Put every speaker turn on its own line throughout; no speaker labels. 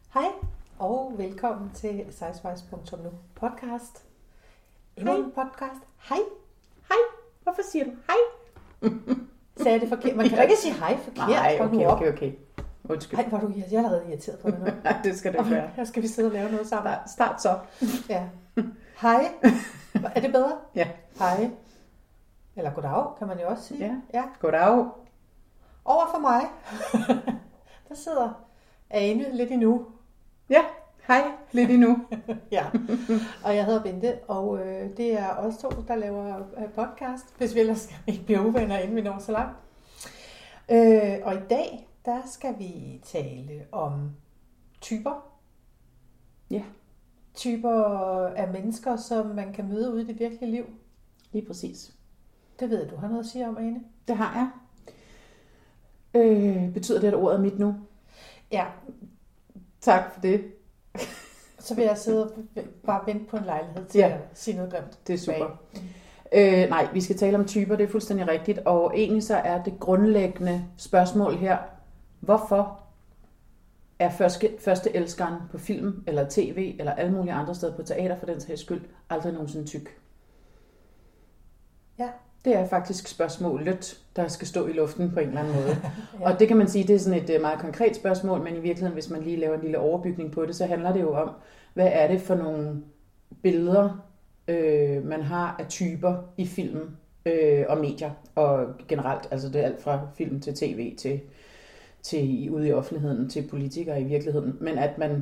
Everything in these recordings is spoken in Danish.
Hej og velkommen til sizewise.nu podcast. Endnu en podcast. Hej.
Hej. Hvorfor siger du hej?
Sagde jeg det forkert? Man kan da ikke sige hej forkert.
Nej, okay. Undskyld.
Hej, hvor er du jeg er allerede irriteret på det nu.
Nej, det skal det ikke være.
Her skal vi sidde og lave noget sammen.
Start så.
Ja. Hej. Er det bedre?
Ja.
Hej. Eller goddag, kan man jo også sige.
Ja. Goddag.
Over for mig, der sidder Ane lidt endnu.
Ja, hej. Lidt endnu.
Ja, og jeg hedder Bente, og det er os to, der laver podcast, hvis vi ellers ikke bliver uvenner, inden vi når så langt. Og i dag, der skal vi tale om typer.
Ja.
Typer af mennesker, som man kan møde ude i det virkelige liv.
Lige præcis.
Det ved jeg, du har noget at sige om, Ane.
Det har jeg. Betyder det, at ordet er mit nu?
Ja.
Tak for det.
Så vil jeg sidde og bare vente på en lejlighed til at sige noget grimt.
Det er super. Nej, vi skal tale om typer, det er fuldstændig rigtigt. Og egentlig så er det grundlæggende spørgsmål her, hvorfor er første elskeren på film, eller tv, eller alle mulige andre steder på teater for den sags skyld, aldrig nogensinde tyk?
Ja.
Det er faktisk spørgsmålet, der skal stå i luften på en eller anden måde. Ja. Og det kan man sige, det er sådan et meget konkret spørgsmål, men i virkeligheden, hvis man lige laver en lille overbygning på det, så handler det jo om, hvad er det for nogle billeder, man har af typer i film og medier, og generelt, altså det er alt fra film til tv til ude i offentligheden, til politikere i virkeligheden, men at man,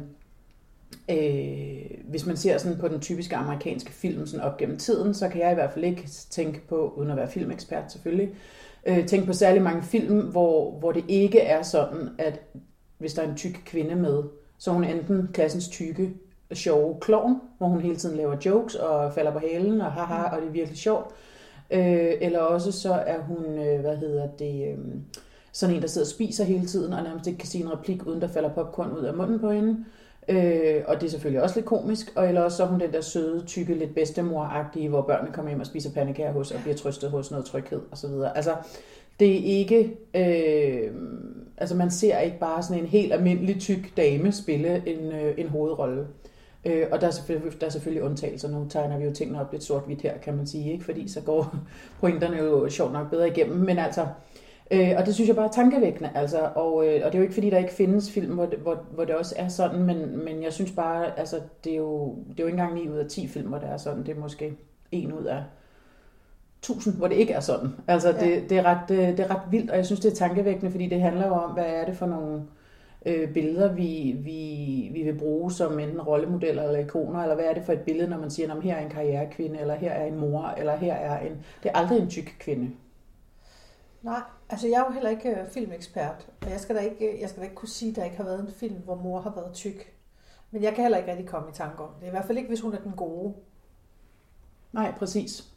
hvis man ser sådan på den typiske amerikanske film sådan op gennem tiden, så kan jeg i hvert fald ikke tænke på, uden at være filmekspert selvfølgelig, tænke på særlig mange film, hvor det ikke er sådan, at hvis der er en tyk kvinde med, så er hun enten klassens tykke, sjove klovn, hvor hun hele tiden laver jokes og falder på halen og haha, og det er virkelig sjovt. Eller også så er hun, sådan en, der sidder og spiser hele tiden, og nærmest ikke kan sige en replik, uden der falder popcorn ud af munden på hende. Og det er selvfølgelig også lidt komisk. Og eller også så er hun den der søde, tykke, lidt bedstemor-agtige, hvor børnene kommer hjem og spiser pandekager hos, og bliver trøstet hos noget tryghed osv. Altså, det er ikke... altså, man ser ikke bare sådan en helt almindelig tyk dame spille en hovedrolle. Og der er selvfølgelig undtagelser. Nu tegner vi jo tingene op lidt sort-hvidt her, kan man sige, ikke? Fordi så går pointerne jo sjovt nok bedre igennem. Men altså... og det synes jeg bare er tankevækkende, altså, og det er jo ikke fordi, der ikke findes film, hvor det også er sådan, men jeg synes bare, altså, det er jo ikke engang 9 ud af 10 film, hvor det er sådan, det er måske 1 ud af 1000, hvor det ikke er sådan. Altså, det er ret vildt, og jeg synes, det er tankevækkende, fordi det handler jo om, hvad er det for nogle billeder, vi vil bruge som enten rollemodeller eller ikoner, eller hvad er det for et billede, når man siger, her er en karrierekvinde, eller her er en mor, eller her er en... Det er aldrig en tyk kvinde.
Nej, altså jeg er jo heller ikke filmekspert, og jeg skal da ikke kunne sige, at der ikke har været en film, hvor mor har været tyk. Men jeg kan heller ikke rigtig komme i tanke om det. I hvert fald ikke, hvis hun er den gode.
Nej, præcis.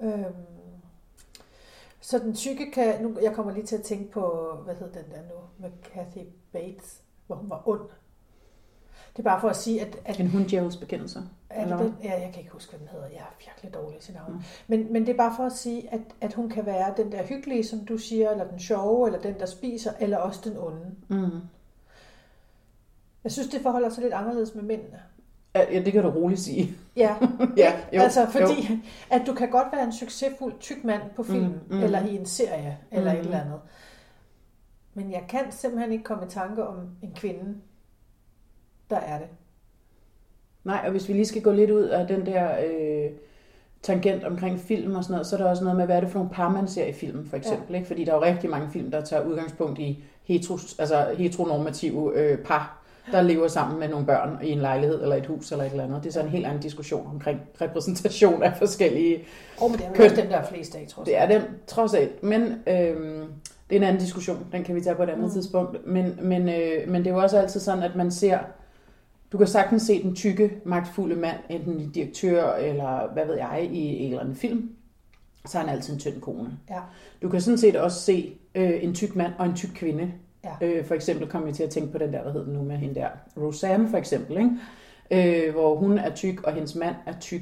Så den tykke kan... Nu, jeg kommer lige til at tænke på, hvad hed den der nu, med Kathy Bates, hvor hun var ond. Det er bare for at sige, at
en hunddjævels bekendelse.
Jeg kan ikke huske, hvad den hedder. Jeg er virkelig dårlig til navn. Men det er bare for at sige, at hun kan være den der hyggelige, som du siger, eller den sjove, eller den, der spiser, eller også den onde. Mm. Jeg synes, det forholder sig lidt anderledes med mændene.
Ja, det kan du roligt sige.
Ja,
ja jo,
altså fordi, at du kan godt være en succesfuld tyk mand på film, eller i en serie, eller et eller andet. Men jeg kan simpelthen ikke komme i tanke om en kvinde, der er det.
Nej, og hvis vi lige skal gå lidt ud af den der tangent omkring film og sådan noget, så er der også noget med, hvad er det for nogle par, man ser i film, for eksempel. Ikke? Fordi der er jo rigtig mange film, der tager udgangspunkt i heteronormative par, der lever sammen med nogle børn i en lejlighed eller et hus eller et eller andet. Det er så en helt anden diskussion omkring repræsentation af forskellige
men det er også dem, der er flest af, trods alt.
Det er dem, trods alt. Men det er en anden diskussion. Den kan vi tage på et andet tidspunkt. Men det er jo også altid sådan, at man ser... Du kan sagtens se den tykke, magtfulde mand, enten en direktør eller hvad ved jeg, i en eller anden film. Så er han altid en tynd kone. Ja. Du kan sådan set også se en tyk mand og en tyk kvinde. Ja. For eksempel kommer vi til at tænke på den der, hvad hedder den nu med hende der, Roseanne for eksempel, ikke? Hvor hun er tyk, og hendes mand er tyk.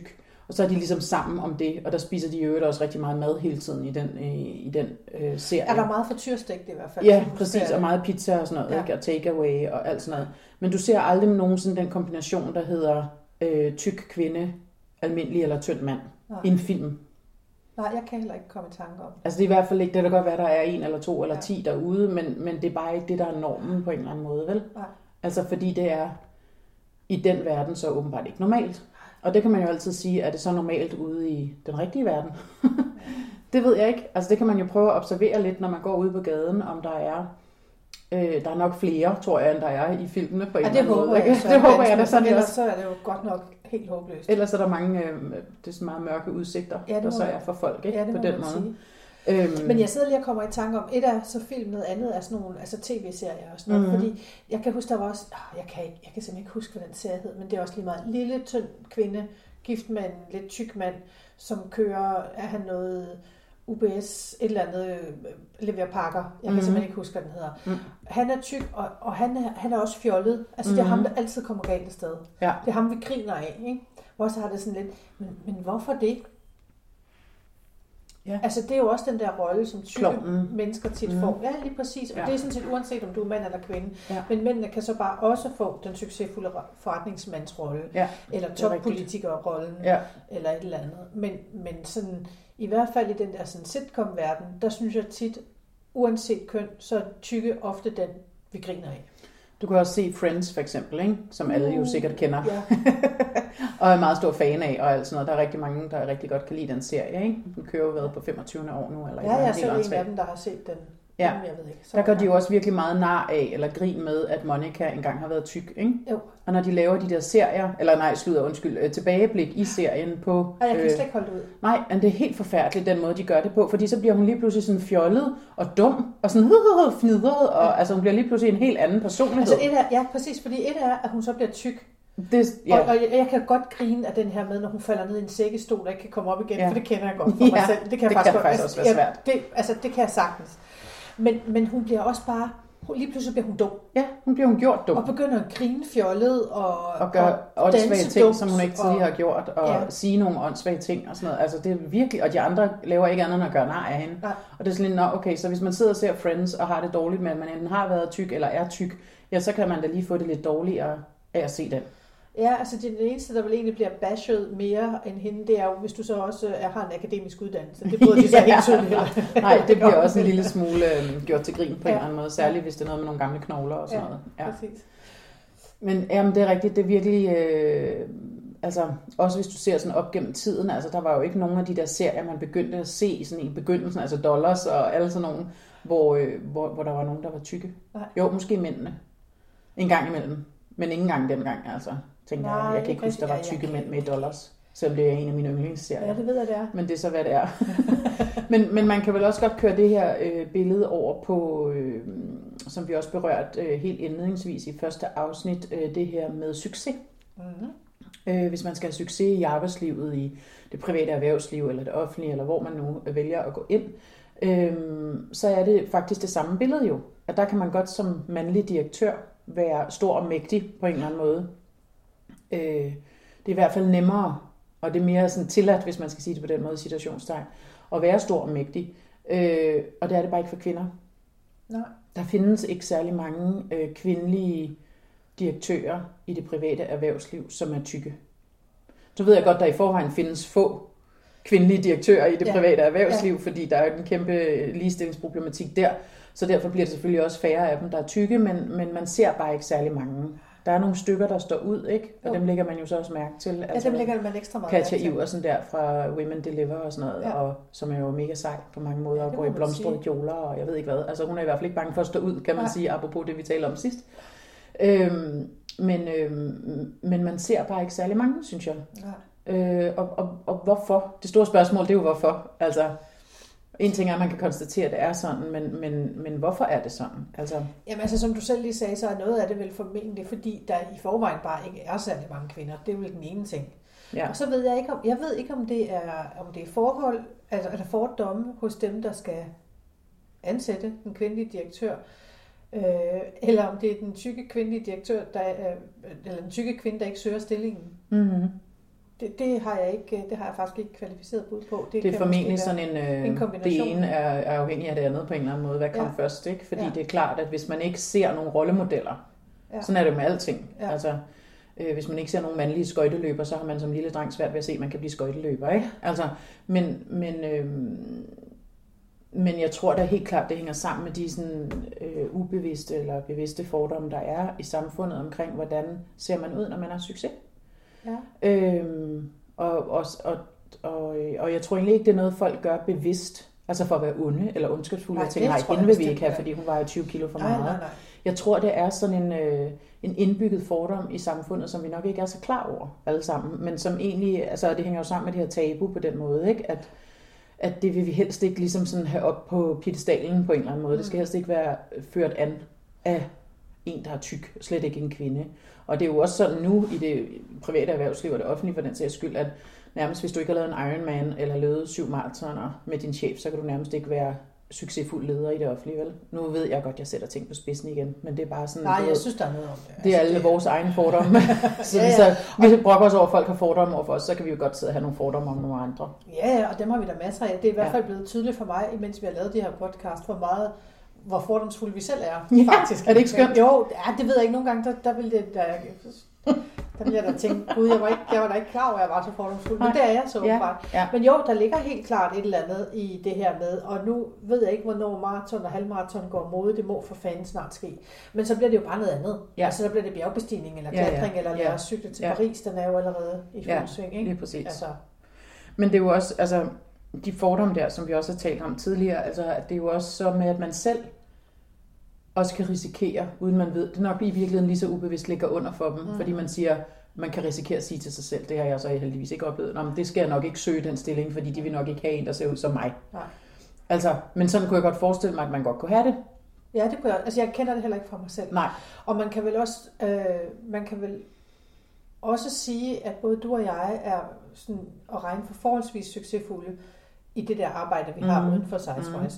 Og så er de ligesom sammen om det, og der spiser de jo også rigtig meget mad hele tiden i den serie.
Er der meget frityrstegt i hvert fald?
Ja, præcis, og meget pizza og sådan noget, ikke? Og takeaway og alt sådan noget. Men du ser aldrig nogen sådan den kombination, der hedder tyk kvinde, almindelig eller tynd mand i en film.
Nej, jeg kan heller ikke komme i tanke om.
Altså det er i hvert fald ikke, det kan godt være, der er 1 eller 2 eller 10 derude, men det er bare ikke det, der er normen på en eller anden måde, vel?
Nej.
Altså fordi det er i den verden så åbenbart ikke normalt. Og det kan man jo altid sige, er det så normalt ude i den rigtige verden? Det ved jeg ikke. Altså det kan man jo prøve at observere lidt, når man går ud på gaden, om der er nok flere, tror jeg, end der er i filmene på en eller anden måde.
Det håber jeg, da sådan ellers så er det jo godt nok helt håbløst.
Ellers er der mange, det er sådan meget mørke udsigter, der så er for folk, ikke? På den måde.
Men jeg sidder lige og kommer i tanke om, et er så film, noget andet er sådan nogle, altså tv-serier og sådan noget, fordi jeg kan huske, der var også, jeg kan simpelthen ikke huske, hvad den serie hed, men det er også lige meget lille, tynd kvinde, gift med en lidt tyk mand, som kører, er han noget UBS, et eller andet, leverer pakker, jeg kan simpelthen ikke huske, hvad den hedder. Han er tyk, og han er også fjollet, altså det er ham, der altid kommer galt af sted. Ja. Det er ham, vi griner af, ikke? Hvor så har det sådan lidt, men hvorfor det? Ja. Altså det er jo også den der rolle, som tykke mennesker tit får. Ja, lige præcis. Og det er sådan set uanset, om du er mand eller kvinde. Ja. Men mændene kan så bare også få den succesfulde forretningsmandsrolle. Ja. Eller toppolitikerrollen. Ja. Eller et eller andet. Men sådan, i hvert fald i den der sådan sitcom-verden, der synes jeg tit, uanset køn, så er tykke ofte den, vi griner af.
Du kan også se Friends for eksempel, ikke? Som alle jo sikkert kender. Ja. Og er meget stor fan af, og alt sådan noget. Der er rigtig mange, der rigtig godt kan lide den serie, ikke? Den kører jo været på 25. år nu. Eller
ja, jeg er en af dem, der har set den.
Ja, jeg ved ikke. Der gør de jo også virkelig meget nar af, eller grin med, at Monica engang har været tyk, ikke? Jo. Og når de laver de der serier, tilbageblik i serien på...
jeg kan slet ikke holde det ud.
Nej, men det er helt forfærdeligt, den måde, de gør det på, fordi så bliver hun lige pludselig sådan fjollet og dum, og sådan fnidret, og altså hun bliver lige pludselig en helt anden personlighed.
Altså præcis, fordi et er, at hun så bliver tyk. Og jeg kan godt grine af den her med, når hun falder ned i en sækkestol, der ikke kan komme op igen, for det kender jeg godt for mig selv. Det kan faktisk også være svært. Det kan jeg sagtens. Men hun bliver også bare, lige pludselig bliver hun dum.
Ja, hun bliver gjort dum.
Og begynder at grine fjollet og
gøre åndssvage ting, som hun ikke tidligere har gjort, og sige nogle åndssvage ting og sådan noget. Altså det er virkelig, og de andre laver ikke andet end at gøre nar af hende. Nej. Og det er sådan lidt, okay, så hvis man sidder og ser Friends og har det dårligt med, at man enten har været tyk eller er tyk, ja, så kan man da lige få det lidt dårligere af at se den.
Ja, altså det er den eneste, der vel egentlig bliver bashed mere end hende, det er jo, hvis du så også har en akademisk uddannelse. Det bryder de så helt tydeligt.
Nej, det bliver også en lille smule gjort til grin på en eller anden måde, særligt hvis det er noget med nogle gamle knogler og sådan noget. Ja, præcis. Men jamen, det er rigtigt, det er virkelig, altså også hvis du ser sådan op gennem tiden, altså der var jo ikke nogen af de der serier, man begyndte at se sådan i begyndelsen, altså Dollars og alle sådan nogle, hvor der var nogen, der var tykke. Nej. Jo, måske mændene. En gang imellem, men ingen gang dengang, altså. Tænker jeg kan ikke huske, der var tykke mænd med i Dollars, selvom det er en af mine yndlingsserier.
Ja, det ved jeg, det er.
Men det er så, hvad det er. men man kan vel også godt køre det her billede over på, som vi også berørte helt indledningsvis i første afsnit, det her med succes. Mm-hmm. Hvis man skal have succes i arbejdslivet, i det private erhvervsliv, eller det offentlige, eller hvor man nu vælger at gå ind, så er det faktisk det samme billede jo. At der kan man godt som mandlig direktør være stor og mægtig på en eller anden måde. Det er i hvert fald nemmere, og det er mere sådan tilladt, hvis man skal sige det på den måde, citationstegn, at være stor og mægtig. Og det er det bare ikke for kvinder. Nej. Der findes ikke særlig mange kvindelige direktører i det private erhvervsliv, som er tykke. Så ved jeg godt, der i forvejen findes få kvindelige direktører i det private erhvervsliv, fordi der er en kæmpe ligestillingsproblematik der. Så derfor bliver det selvfølgelig også færre af dem, der er tykke, men man ser bare ikke særlig mange. Der er nogle stykker, der står ud, ikke? Og dem lægger man jo så også mærke til.
Altså, dem lægger man ekstra meget
Katja Iversen der fra Women Deliver og sådan noget, og som er jo mega sej på mange måder, og går i blomstrede kjoler, og jeg ved ikke hvad. Altså hun er i hvert fald ikke bange for at stå ud, kan man sige, apropos det, vi talte om sidst. Men man ser bare ikke særlig mange, synes jeg. Og hvorfor? Det store spørgsmål, det er jo hvorfor. Altså, en ting er, at man kan konstatere, at det er sådan, men hvorfor er det sådan?
Jamen altså, som du selv lige sagde, så er noget af det vel formentlig, fordi der i forvejen bare ikke er særlig mange kvinder. Det er vel den ene ting. Ja. Og så ved jeg ikke, om det er forhold, altså er der fordomme hos dem, der skal ansætte den kvindelige direktør, eller om det er den tykke kvindelige direktør, eller den tykke kvinde, der ikke søger stillingen. Mm-hmm. Det har jeg faktisk ikke kvalificeret bud på.
Det er formentlig sådan en kombination. Det ene er afhængig af det andet på en eller anden måde. Hvad kom først, ikke? Fordi det er klart, at hvis man ikke ser nogle rollemodeller, sådan er det med alting. Ja. Altså, hvis man ikke ser nogle mandlige skøjteløber, så har man som lille dreng svært ved at se, at man kan blive skøjteløber, ikke? Altså, men jeg tror da helt klart, det hænger sammen med de sådan, ubevidste eller bevidste fordomme, der er i samfundet omkring, hvordan ser man ud, når man har succes. Ja. Og jeg tror egentlig ikke, det er noget, folk gør bevidst, altså for at være onde eller ondskabsfulde. Jeg tænker, nej, hende vil vi ikke have, fordi hun vejer 20 kilo for meget. Nej. Jeg tror, det er sådan en indbygget fordom i samfundet, som vi nok ikke er så klar over alle sammen, men som egentlig, altså det hænger jo sammen med det her tabu på den måde, ikke? At det vil vi helst ikke ligesom sådan have op på piedestalen på en eller anden måde. Det skal helst ikke være ført an af en, der er tyk, slet ikke en kvinde. Og det er jo også sådan nu i det private erhvervsliv og det offentlige for den sags skyld, at nærmest hvis du ikke har lavet en Ironman eller løbet 7 maratoner med din chef, så kan du nærmest ikke være succesfuld leder i det offentlige, vel? Nu ved jeg godt, jeg sætter ting på spidsen igen, men det er bare sådan...
Nej, jeg synes, der er noget om det.
Det er alle vores egne fordomme. Så vi brokker os over, at folk har fordomme over for os, så kan vi jo godt sidde og have nogle fordomme om nogle andre.
Ja, og dem har vi da masser af. Det er i hvert fald blevet tydeligt for mig, mens vi har lavet de her podcast, hvor fordomsfulde vi selv er, faktisk.
Er det ikke skønt?
Jo, det ved jeg ikke. Nogle gange, der vil det... Der ville jeg da tænke, gud, jeg var da ikke klar over, at jeg var så fordomsfuld, men det er jeg så åbenbart. Ja. Men jo, der ligger helt klart et eller andet i det her med, og nu ved jeg ikke, hvornår maraton og halvmaraton går mode, det må for fanden snart ske. Men så bliver det jo bare noget andet. Ja. Altså, der bliver det bjergbestigning, eller klatring, eller lad os cykle til Paris, den er jo allerede i fuld sving, ikke?
Lige præcis. Altså. Men det er jo også, altså, de fordomme der, som vi også har talt om tidligere, altså, det er jo også så med, at man selv også kan risikere, uden man ved, det nok i virkeligheden lige så ubevidst ligger under for dem, fordi man siger, man kan risikere at sige til sig selv, det har jeg så heldigvis ikke oplevet, men det skal jeg nok ikke søge den stilling, fordi de vil nok ikke have en, der ser ud som mig. Nej. Altså, men sådan kunne jeg godt forestille mig, at man godt kunne have det.
Ja, det kunne jeg. Altså, jeg kender det heller ikke fra mig selv.
Nej.
Og man kan vel også sige, at både du og jeg er sådan at regne for forholdsvis succesfulde i det der arbejde, vi har uden for Sizewise.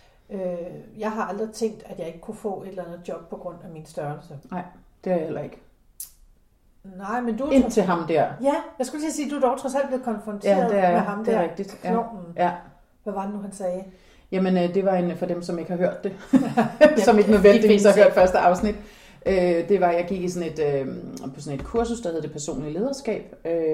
Jeg har aldrig tænkt, at jeg ikke kunne få et eller andet job på grund af min størrelse.
Nej, det er jeg heller ikke.
Nej, men du...
Indtil ham der.
Ja, jeg skulle lige sige, at du er dog trods alt blevet konfronteret med ham der.
Ja, det er rigtigt.
Ja. Hvad var det nu, han sagde?
Jamen, det var en for dem, som ikke har hørt det. Som ikke nødvendigvis har hørt første afsnit. Det var, jeg gik i på sådan et kursus, der hed det personlige lederskab.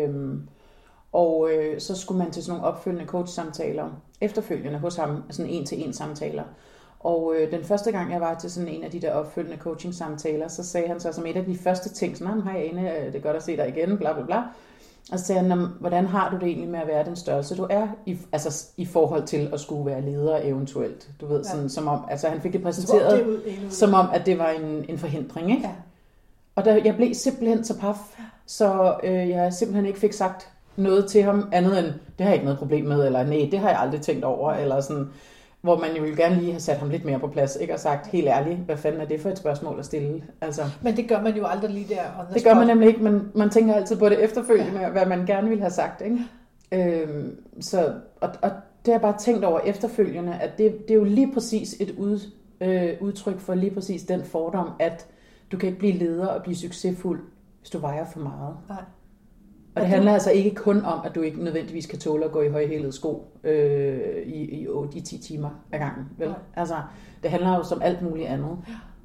Og så skulle man til sådan nogle opfølgende coach-samtaler, efterfølgende hos ham, sådan 1-til-1 samtaler. Og den første gang, jeg var til sådan en af de der opfølgende coaching-samtaler, så sagde han så som et af de første ting, sådan, hej Ane, det er godt at se dig igen, bla bla bla. Og så sagde han, hvordan har du det egentlig med at være den størrelse, du er, i forhold til at skulle være leder eventuelt. Du ved, sådan, som om, altså han fik det præsenteret, som om, at det var en forhindring, ikke? Ja. Og jeg blev simpelthen så paf, så jeg simpelthen ikke fik sagt noget til ham andet end, det har jeg ikke noget problem med, eller nej, det har jeg aldrig tænkt over, eller sådan, hvor man jo ville gerne lige have sat ham lidt mere på plads, ikke? Og sagt helt ærligt, hvad fanden er det for et spørgsmål at stille? Altså,
men det gør man jo aldrig lige der.
Det gør man nemlig ikke, men man tænker altid på det efterfølgende, hvad man gerne ville have sagt, ikke? Og det har jeg bare tænkt over efterfølgende, at det er jo lige præcis et udtryk for lige præcis den fordom, at du kan ikke blive leder og blive succesfuld, hvis du vejer for meget. Nej. Og det handler altså ikke kun om, at du ikke nødvendigvis kan tåle at gå i højhælede sko i 10 timer ad gangen. Vel? Altså, det handler jo som alt muligt andet.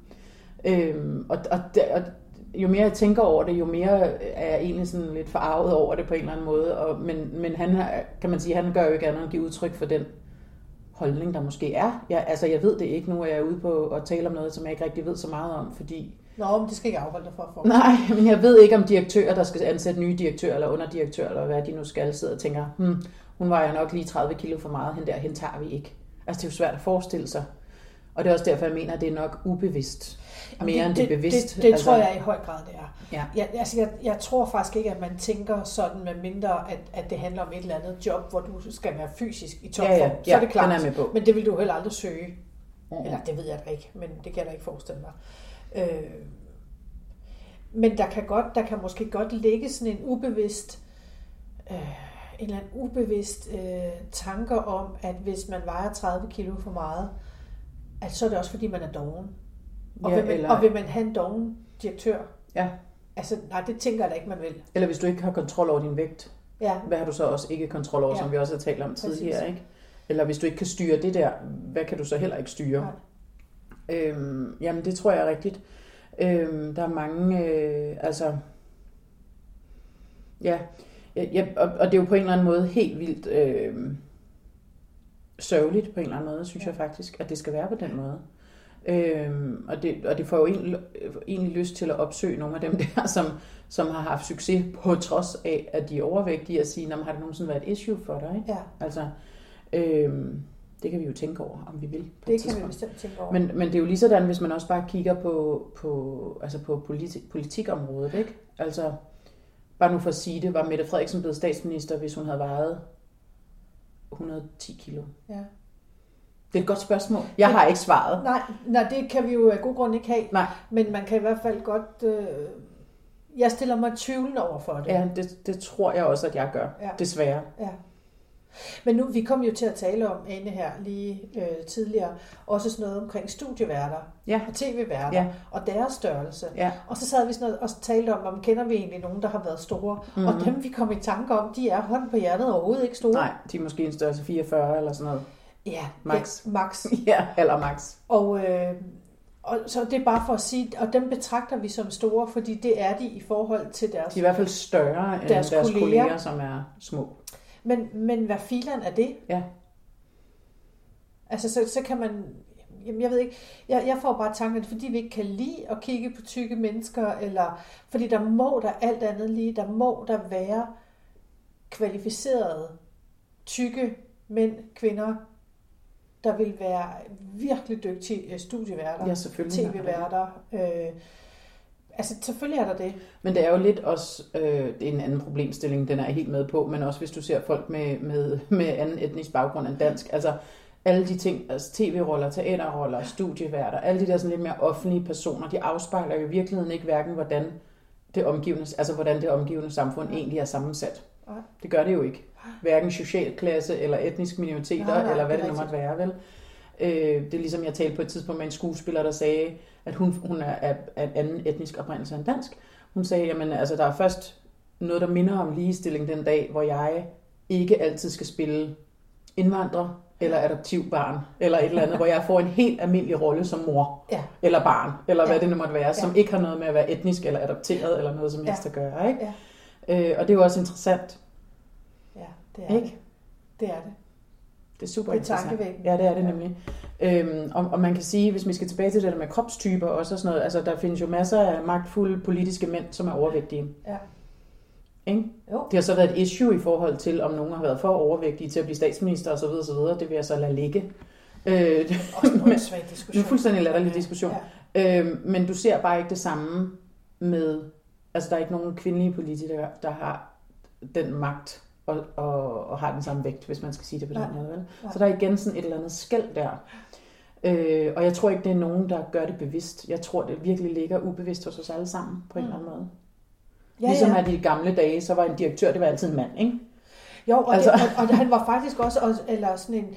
Og jo mere jeg tænker over det, jo mere er jeg egentlig sådan lidt forarvet over det på en eller anden måde. Men han, kan man sige, han gør jo ikke andet end at give udtryk for den holdning, der måske er. Jeg ved det ikke. Nu er jeg ude på at tale om noget, som jeg ikke rigtig ved så meget om, fordi...
Nå, men det skal ikke afholde dig for at få.
Nej, men jeg ved ikke om direktører, der skal ansætte nye direktører eller underdirektører, eller hvad de nu skal, sidde og tænker, hun vejer nok lige 30 kilo for meget, hende tager vi ikke. Altså, det er jo svært at forestille sig. Og det er også derfor, jeg mener, at det er nok ubevidst. Mere end det er bevidst.
Det tror jeg i høj grad, det er. Ja. Jeg tror faktisk ikke, at man tænker sådan, med mindre, at det handler om et eller andet job, hvor du skal være fysisk i topform. Ja, så er det klart.
Den er med på.
Men det vil du heller aldrig søge. Eller det ved jeg ikke, men det kan jeg da ikke forestille mig. Men der kan måske godt ligge sådan en ubevidst tanke om, at hvis man vejer 30 kilo for meget, at så er det også fordi man er doven. Og vil man have en doven direktør?
Ja.
Altså, nej, det tænker jeg da ikke, man vil.
Eller hvis du ikke har kontrol over din vægt. Ja. Hvad har du så også ikke kontrol over, som vi også har talt om tidligere, ikke? Eller hvis du ikke kan styre det der, hvad kan du så heller ikke styre? Jamen, det tror jeg er rigtigt. Der er mange, og det er jo på en eller anden måde helt vildt sørgeligt på en eller anden måde, synes jeg faktisk, at det skal være på den måde. Og det får jo egentlig lyst til at opsøge nogle af dem der, som har haft succes på trods af, at de er overvægtige, og sige, har det nogensinde været et issue for dig? Ikke? Ja. Altså, det kan vi jo tænke over, om vi vil.
Det kan vi bestemt tænke over.
Men det er jo lige sådan, hvis man også bare kigger på politikområdet, ikke? Altså, bare nu for at sige det, var Mette Frederiksen blevet statsminister, hvis hun havde vejet 110 kilo? Ja. Det er et godt spørgsmål. Jeg har ikke svaret.
Nej, det kan vi jo af god grund ikke have. Nej. Men man kan i hvert fald godt... Jeg stiller mig tvivlende over for det.
Ja, det tror jeg også, at jeg gør. Ja. Desværre. Ja.
Men nu, vi kom jo til at tale om, Ane her lige tidligere, også sådan noget omkring studieværter og tv-værter og deres størrelse. Ja. Og så sad vi sådan noget og talte om kender vi egentlig nogen, der har været store. Mm-hmm. Og dem vi kom i tanke om, de er hånd på hjertet overhovedet ikke store.
Nej, de er måske en størrelse 44 eller sådan noget.
Ja,
max.
Ja, max.
Ja, eller max.
Og så det er bare for at sige, og dem betragter vi som store, fordi det er de i forhold til deres...
De er i hvert fald større end deres kolleger, som er små.
Men hvad filan er det? Ja. Altså, så kan man... Jamen, jeg ved ikke. Jeg får bare tanken, fordi vi ikke kan lide at kigge på tykke mennesker, eller... Fordi der må der alt andet lige, der må der være kvalificerede, tykke mænd, kvinder, der vil være virkelig dygtige studieværter,
ja, selvfølgelig
tv-værter. Altså, selvfølgelig er der det.
Men det er jo lidt også, det er en anden problemstilling, den er jeg helt med på, men også hvis du ser folk med anden etnisk baggrund end dansk, altså alle de ting, altså tv-roller, teaterroller, studieværter, alle de der sådan lidt mere offentlige personer, de afspejler jo i virkeligheden ikke hverken, hvordan det omgivende samfund egentlig er sammensat. Det gør det jo ikke. Hverken social klasse eller etnisk minoriteter, eller hvad det nu måtte være, vel? Det er ligesom jeg talte på et tidspunkt med en skuespiller, der sagde, at hun er af anden etnisk oprindelse end dansk. Hun sagde, jamen altså der er først noget, der minder om ligestilling den dag, hvor jeg ikke altid skal spille indvandrer eller adoptivbarn, eller et eller andet, hvor jeg får en helt almindelig rolle som mor, eller barn, eller hvad det nu måtte være, som ikke har noget med at være etnisk eller adopteret, eller noget som helst at gøre, ikke? Ja. Og det er jo også interessant.
Ja, det er ikke? Det er det.
Det er super interessant. Ja, det er det nemlig. Og man kan sige, hvis vi skal tilbage til det der med kropstyper også og sådan noget, altså der findes jo masser af magtfulde politiske mænd, som er overvægtige. Ja. Ikke? Jo. Det har så været et issue i forhold til, om nogen har været for overvægtige til at blive statsminister osv. Det vil jeg så lade ligge.
Også en svag diskussion.
En fuldstændig latterlig diskussion. Ja. Men du ser bare ikke det samme med, altså der er ikke nogen kvindelige politikere, der har den magt og har den samme vægt, hvis man skal sige det på den måde. Vel? Så der er igen sådan et eller andet skel der. Og jeg tror ikke, det er nogen, der gør det bevidst. Jeg tror, det virkelig ligger ubevidst hos os alle sammen, på en eller anden måde. Ja, ligesom at i de gamle dage, så var en direktør, det var altid en mand, ikke?
Jo, og, altså. og han var faktisk også eller sådan en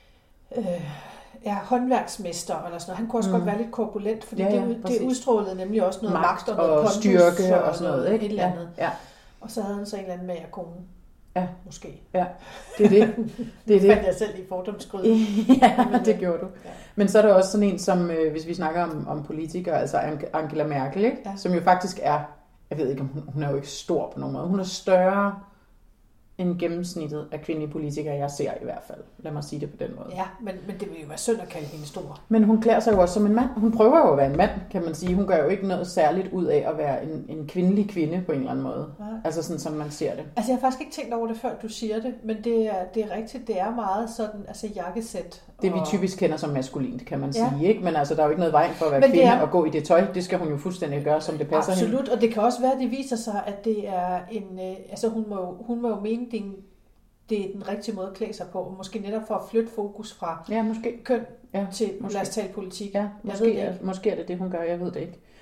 håndværksmester, eller sådan noget. Han kunne også godt være lidt korpulent, fordi det udstrålede nemlig også noget magt og noget pondus,
styrke og sådan noget, ikke?
Et eller andet. Ja. Og så havde han så en eller anden magerkone.
Ja.
Måske.
Ja, det er det.
Det fandt jeg selv i fordomsgryden.
Ja, det gjorde du. Ja. Men så er der også sådan en, som hvis vi snakker om politikere, altså Angela Merkel, ikke? Ja. Som jo faktisk er, jeg ved ikke, hun er jo ikke stor på nogen måde. Hun er større end gennemsnittet af kvindelige politikere, jeg ser i hvert fald. Lad mig sige det på den måde.
Ja, men det vil jo være synd at kalde hende stor.
Men hun klæder sig jo også som en mand. Hun prøver jo at være en mand, kan man sige. Hun gør jo ikke noget særligt ud af at være en kvindelig kvinde på en eller anden måde. Ja. Altså sådan, som man ser det.
Altså jeg har faktisk ikke tænkt over det, før du siger det, men det er rigtigt. Det er meget sådan, altså jakkesæt.
Det vi typisk kender som maskulint, kan man sige, ikke? Men altså der er jo ikke noget vej for at være kvinde og gå i det tøj. Det skal hun jo fuldstændig gøre, som det passer hende.
Absolut, og det kan også være, at det viser sig, at det er en... altså hun må jo mene, det er den rigtige måde at klæde sig på, og måske netop for at flytte fokus fra køn til, lad os tale politik.
Ja, måske er det det, hun gør, jeg ved det ikke.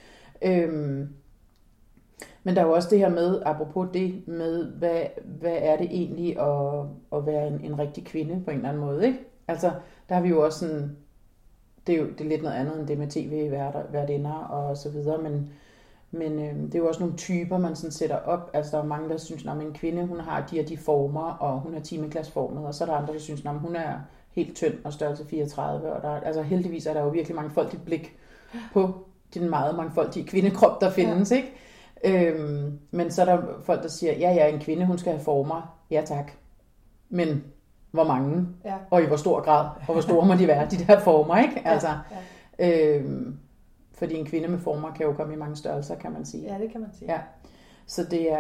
Men der er jo også det her med, apropos det med, hvad er det egentlig at være en rigtig kvinde på en eller anden måde, ikke? Altså, der har vi jo også sådan, det er lidt noget andet end det med tv-værtinder og så videre, Men det er jo også nogle typer, man sådan sætter op. Altså der er mange, der synes, at en kvinde, hun har de og de former, og hun er timeglasformet. Og så er der andre, der synes, at hun er helt tynd og størrelse 34. Og der, altså heldigvis er der jo virkelig mangfoldigt blik på den meget mangfoldige kvindekrop, der findes, ikke? Men så er der folk, der siger, ja, en kvinde, hun skal have former. Ja, tak. Men hvor mange? Ja. Og i hvor stor grad? Og hvor store må de være, de der former, ikke? Altså, fordi en kvinde med former kan jo komme i mange størrelser, kan man sige.
Ja, det kan man sige.
Ja. Så det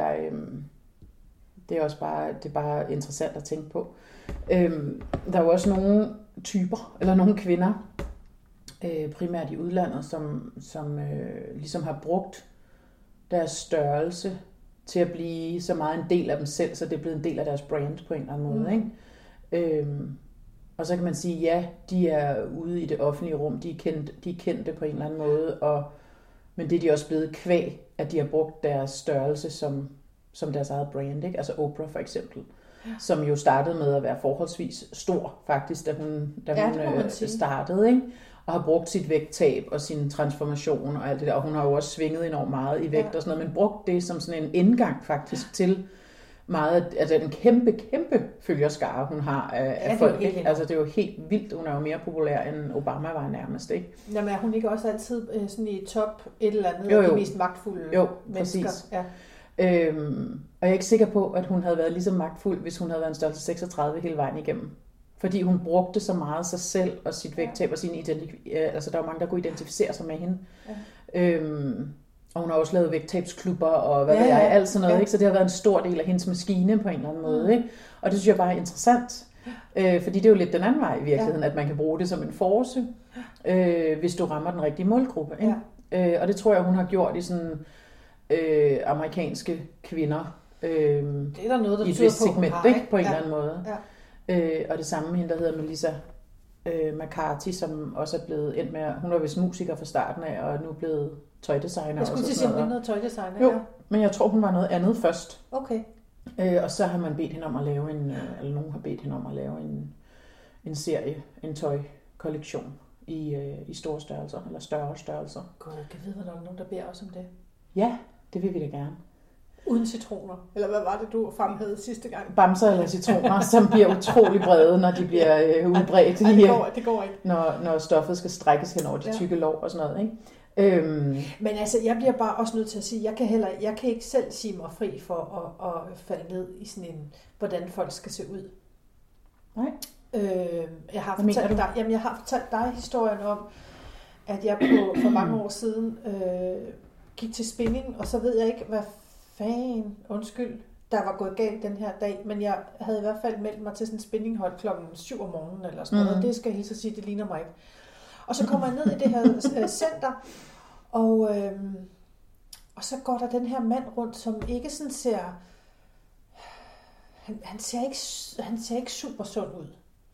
er også bare interessant at tænke på. Der er jo også nogle typer, eller nogle kvinder, primært i udlandet, som ligesom har brugt deres størrelse til at blive så meget en del af dem selv, så det er blevet en del af deres brand på en eller anden måde. Ikke? Og så kan man sige, ja, de er ude i det offentlige rum, de er kendte på en eller anden måde, men det er de også blevet kvæg, at de har brugt deres størrelse som deres eget brand. Ikke? Altså Oprah for eksempel, som jo startede med at være forholdsvis stor faktisk, da hun startede, ikke? Og har brugt sit vægttab og sin transformation og alt det der, og hun har jo også svinget enormt meget i vægt og sådan noget, men brugt det som sådan en indgang faktisk til meget, altså en kæmpe følgerskare, hun har af folk. Altså det er jo helt vildt, hun er jo mere populær end Obama var nærmest, ikke?
Jamen er hun ikke også altid sådan i top et eller andet af de mest magtfulde mennesker?
Præcis. Ja. Og jeg er ikke sikker på, at hun havde været lige så magtfuld, hvis hun havde været en størrelse 36 hele vejen igennem. Fordi hun brugte så meget sig selv og sit vægttab og sin altså der var mange, der kunne identificere sig med hende. Ja. Og hun har også lavet vægttabsklubber og hvad ved jeg, alt sådan noget. Ikke? Så det har været en stor del af hendes maskine på en eller anden måde. Ikke? Og det synes jeg bare er interessant. Fordi det er jo lidt den anden vej i virkeligheden, at man kan bruge det som en force, hvis du rammer den rigtige målgruppe. Ikke? Og det tror jeg, hun har gjort i sådan amerikanske kvinder.
Det er der noget, der
i et vist segment, ikke? På en eller anden måde. Ja. Og det samme hende, der hedder Melissa McCarthy, som også er blevet endt med, hun var vist musiker fra starten af, og er nu blevet tøjdesigner.
Jeg skulle til at sige, hun noget tøjdesigner.
Jo, men jeg tror, hun var noget andet først.
Okay.
Og så har man bedt hende om at lave eller nogen har bedt hende om at lave en serie, en tøjkollektion i store størrelser, eller større størrelser.
God, kan vide, hvornår nogen, der beder os om det?
Ja, det vil vi da gerne.
Uden citroner? Eller hvad var det, du fremhævede sidste gang?
Bamser eller citroner, som bliver utrolig brede, når de bliver udbredt.
Det går ikke.
Når stoffet skal strækkes hen over de tykke lår og sådan noget. Ikke?
Men altså, jeg bliver bare også nødt til at sige, jeg kan ikke selv sige mig fri for at falde ned i sådan en, hvordan folk skal se ud.
Nej.
Jeg har fortalt dig historien om, at jeg for mange år siden gik til spinning, og så ved jeg ikke, hvad undskyld, der var gået galt den her dag, men jeg havde i hvert fald meldt mig til sådan en spinninghold klokken 7 om morgenen eller sådan noget, det skal jeg helt så sige, det ligner mig ikke. Og så kommer jeg ned i det her center, og så går der den her mand rundt, som ikke sådan ser, han ser ikke super sund ud.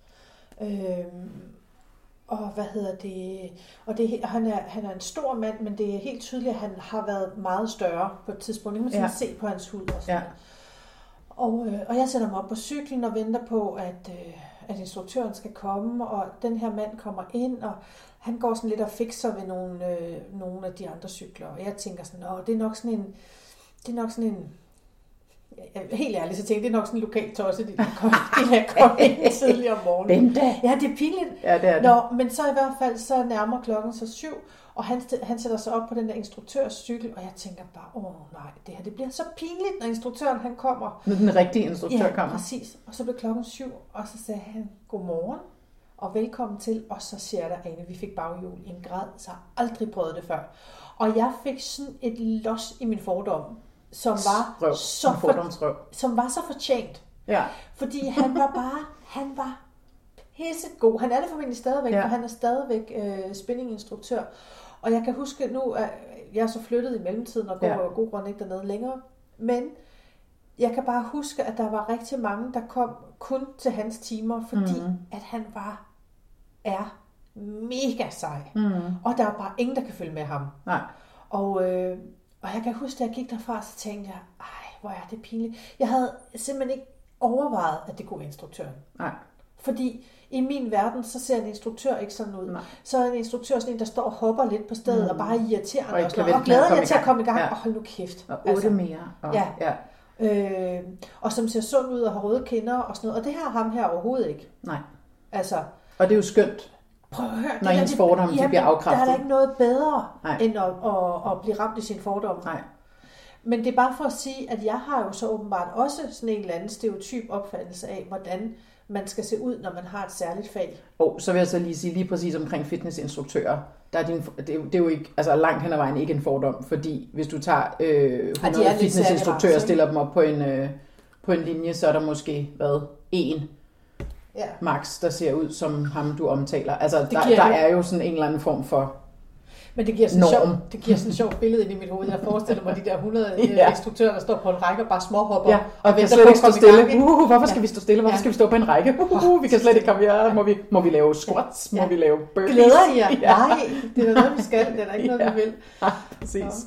Og han er en stor mand, men det er helt tydeligt, at han har været meget større på et tidspunkt. Man kan se på hans hud og sådan og jeg sætter mig op på cyklen og venter på, at instruktøren skal komme, og den her mand kommer ind, og han går sådan lidt og fikser ved nogle af de andre cykler. Og jeg tænker sådan, det er nok sådan en helt ærligt, så tænkte jeg, det er nok sådan en lokal tosse, de kommer ind tidligere om morgenen. Ja, det er pinligt. Ja, det er det. Men så i hvert fald, så nærmer klokken så 7, og han sætter sig op på den der instruktørscykel, og jeg tænker bare, nej, det bliver så pinligt, når instruktøren han kommer.
Når den rigtige instruktør kommer.
Ja, præcis. Og så blev klokken 7, og så sagde han, godmorgen, og velkommen til, og så siger der, Ane, vi fik baghjul i en grad, så jeg har aldrig prøvet det før. Og jeg fik sådan et los i min fordom, som var så fortjent. Ja. Fordi han var pissegod. Han er det formentlig stadigvæk, for han er stadigvæk spinninginstruktør. Og jeg kan huske nu, at jeg er så flyttet i mellemtiden, og går af god grund ikke dernede længere. Men jeg kan bare huske, at der var rigtig mange, der kom kun til hans timer, fordi at han er mega sej. Og der er bare ingen, der kan følge med ham.
Nej.
Og jeg kan huske, da jeg gik derfra, så tænkte jeg, hvor er det pinligt. Jeg havde simpelthen ikke overvejet, at det kunne være instruktøren.
Nej.
Fordi i min verden, så ser en instruktør ikke sådan ud.
Nej.
Så er en instruktør sådan en, der står og hopper lidt på stedet, og bare er irriterende, og glæder jer til at komme i gang, og hold nu kæft.
Og 8 mere. Og,
ja. Og som ser sund ud og har røde kinder og sådan noget. Og det har ham her overhovedet ikke.
Nej.
Altså,
og det er jo skønt,
prøv at høre,
når ens fordomme bliver afkræftet.
Der er der ikke noget bedre, end at blive ramt i sin fordomme.
Nej.
Men det er bare for at sige, at jeg har jo så åbenbart også sådan en eller anden stereotyp opfattelse af, hvordan man skal se ud, når man har et særligt fag.
Så vil jeg så lige sige lige præcis omkring fitnessinstruktører. Der er det er jo ikke, altså langt hen ad vejen ikke en fordom, fordi hvis du tager 100 fitnessinstruktører og stiller dem op på en linje, så er der måske en max, der ser ud som ham, du omtaler. Altså der er jo sådan en eller anden form for
men det giver sådan et sjovt billede ind i mit hoved. Jeg forestiller mig de der 100 instruktører, der står på en række og bare småhopper.
Ja, og kan slet ikke stå stille. Hvorfor skal vi stå stille? Hvorfor skal vi stå på en række? Vi kan slet ikke komme her. Må vi lave squats? Må vi lave burpees?
Glæder I jer? Nej, det er noget, vi skal. Det er der ikke noget, vi vil.
Ja, præcis.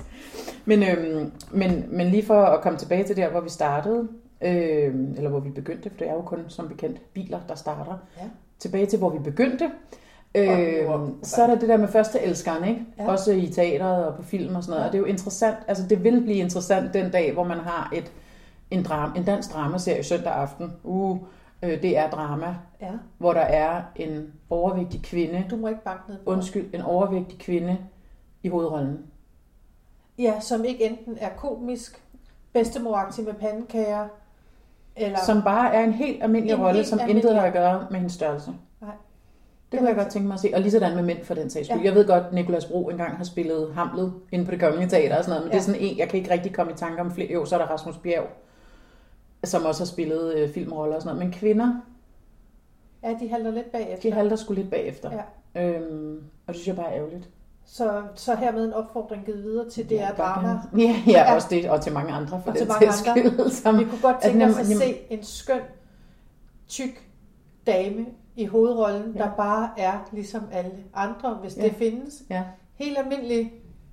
Men lige for at komme tilbage til der, hvor vi startede, eller hvor vi begyndte, for det er jo kun som bekendt biler, der starter. Ja. Tilbage til, hvor vi begyndte. Så er der det der med førsteelskeren, ikke? Ja. Også i teateret og på film og sådan noget. Og det er jo interessant, altså det vil blive interessant den dag, hvor man har en dansk dramaserie søndag aften. Det er drama, hvor der er en overvægtig kvinde.
Du må ikke banke ned på.
Undskyld, en overvægtig kvinde i hovedrollen.
Ja, som ikke enten er komisk, bedstemoragtig med pandekager, eller
som bare er en helt almindelig rolle, som intet har at gøre med hendes størrelse. Nej. Det kunne jeg godt tænke mig at se. Og lige sådan med mænd for den sags skyld. Ja. Jeg ved godt, at Nicolas Bro engang har spillet Hamlet inde på Det Kongelige Teater og sådan noget, men det er sådan en, jeg kan ikke rigtig komme i tanke om flere. Jo, så er der Rasmus Bjerg, som også har spillet filmroller og sådan noget. Men kvinder...
Ja, de halter lidt bagefter.
De halter sgu lidt bagefter. Ja. Og det synes jeg bare er ærgerligt.
Så hermed en opfordring givet videre til det er drama.
Ja, også det, og til mange andre for den sags skyld.
Vi kunne godt tænke os at se en skøn, tyk dame i hovedrollen, der bare er ligesom alle andre, hvis det findes. Ja. Helt almindelig,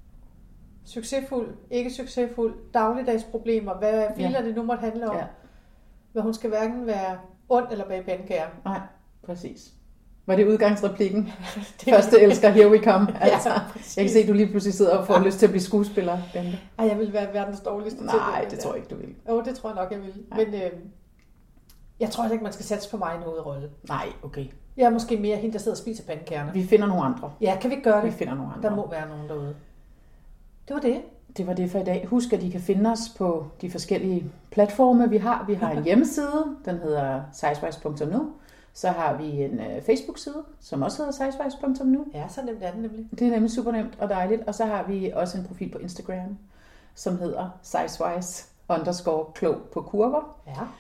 succesfuld, ikke succesfuld, dagligdagsproblemer, hvad filer det nu måtte handle om. Ja. Hvad hun skal hverken være ond eller bag pandekager.
Nej, præcis. Var det udgangsreplikken? Første elsker, here we come. Altså, jeg kan se, at du lige pludselig sidder og får lyst til at blive skuespiller, Bente.
Ej, jeg vil være verdens dårligste til
det. Nej, det tror jeg ikke, du vil.
Jo, det tror jeg nok, jeg vil. Nej. Men jeg tror ikke, man skal satse på mig i noget rolle.
Nej, okay.
Jeg er måske mere hende, der sidder og spiser pandekagerne.
Vi finder nogle andre.
Ja, kan vi gøre det?
Vi finder nogle andre.
Der må være nogen derude. Det var det.
Det var det for i dag. Husk, at I kan finde os på de forskellige platforme, vi har. Vi har en hjemmeside, den hedder sizewise.nu. Så har vi en Facebook-side, som også hedder sizewise.nu.
Ja, så nemt er den nemlig.
Det er nemlig super nemt og dejligt. Og så har vi også en profil på Instagram, som hedder sizewise_klog på kurver.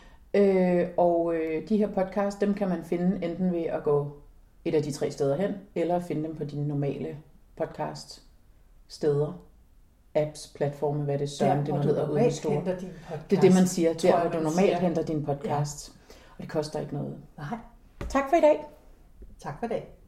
Ja. Og de her podcasts, dem kan man finde enten ved at gå et af de 3 steder hen, eller finde dem på dine normale podcast steder, apps, platforme, hvad det søren, det nu hedder uden store. Det er det, man siger, der hvor du normalt henter din podcast. Ja. Og det koster ikke noget.
Nej.
Tak for i dag.
Tak for i dag.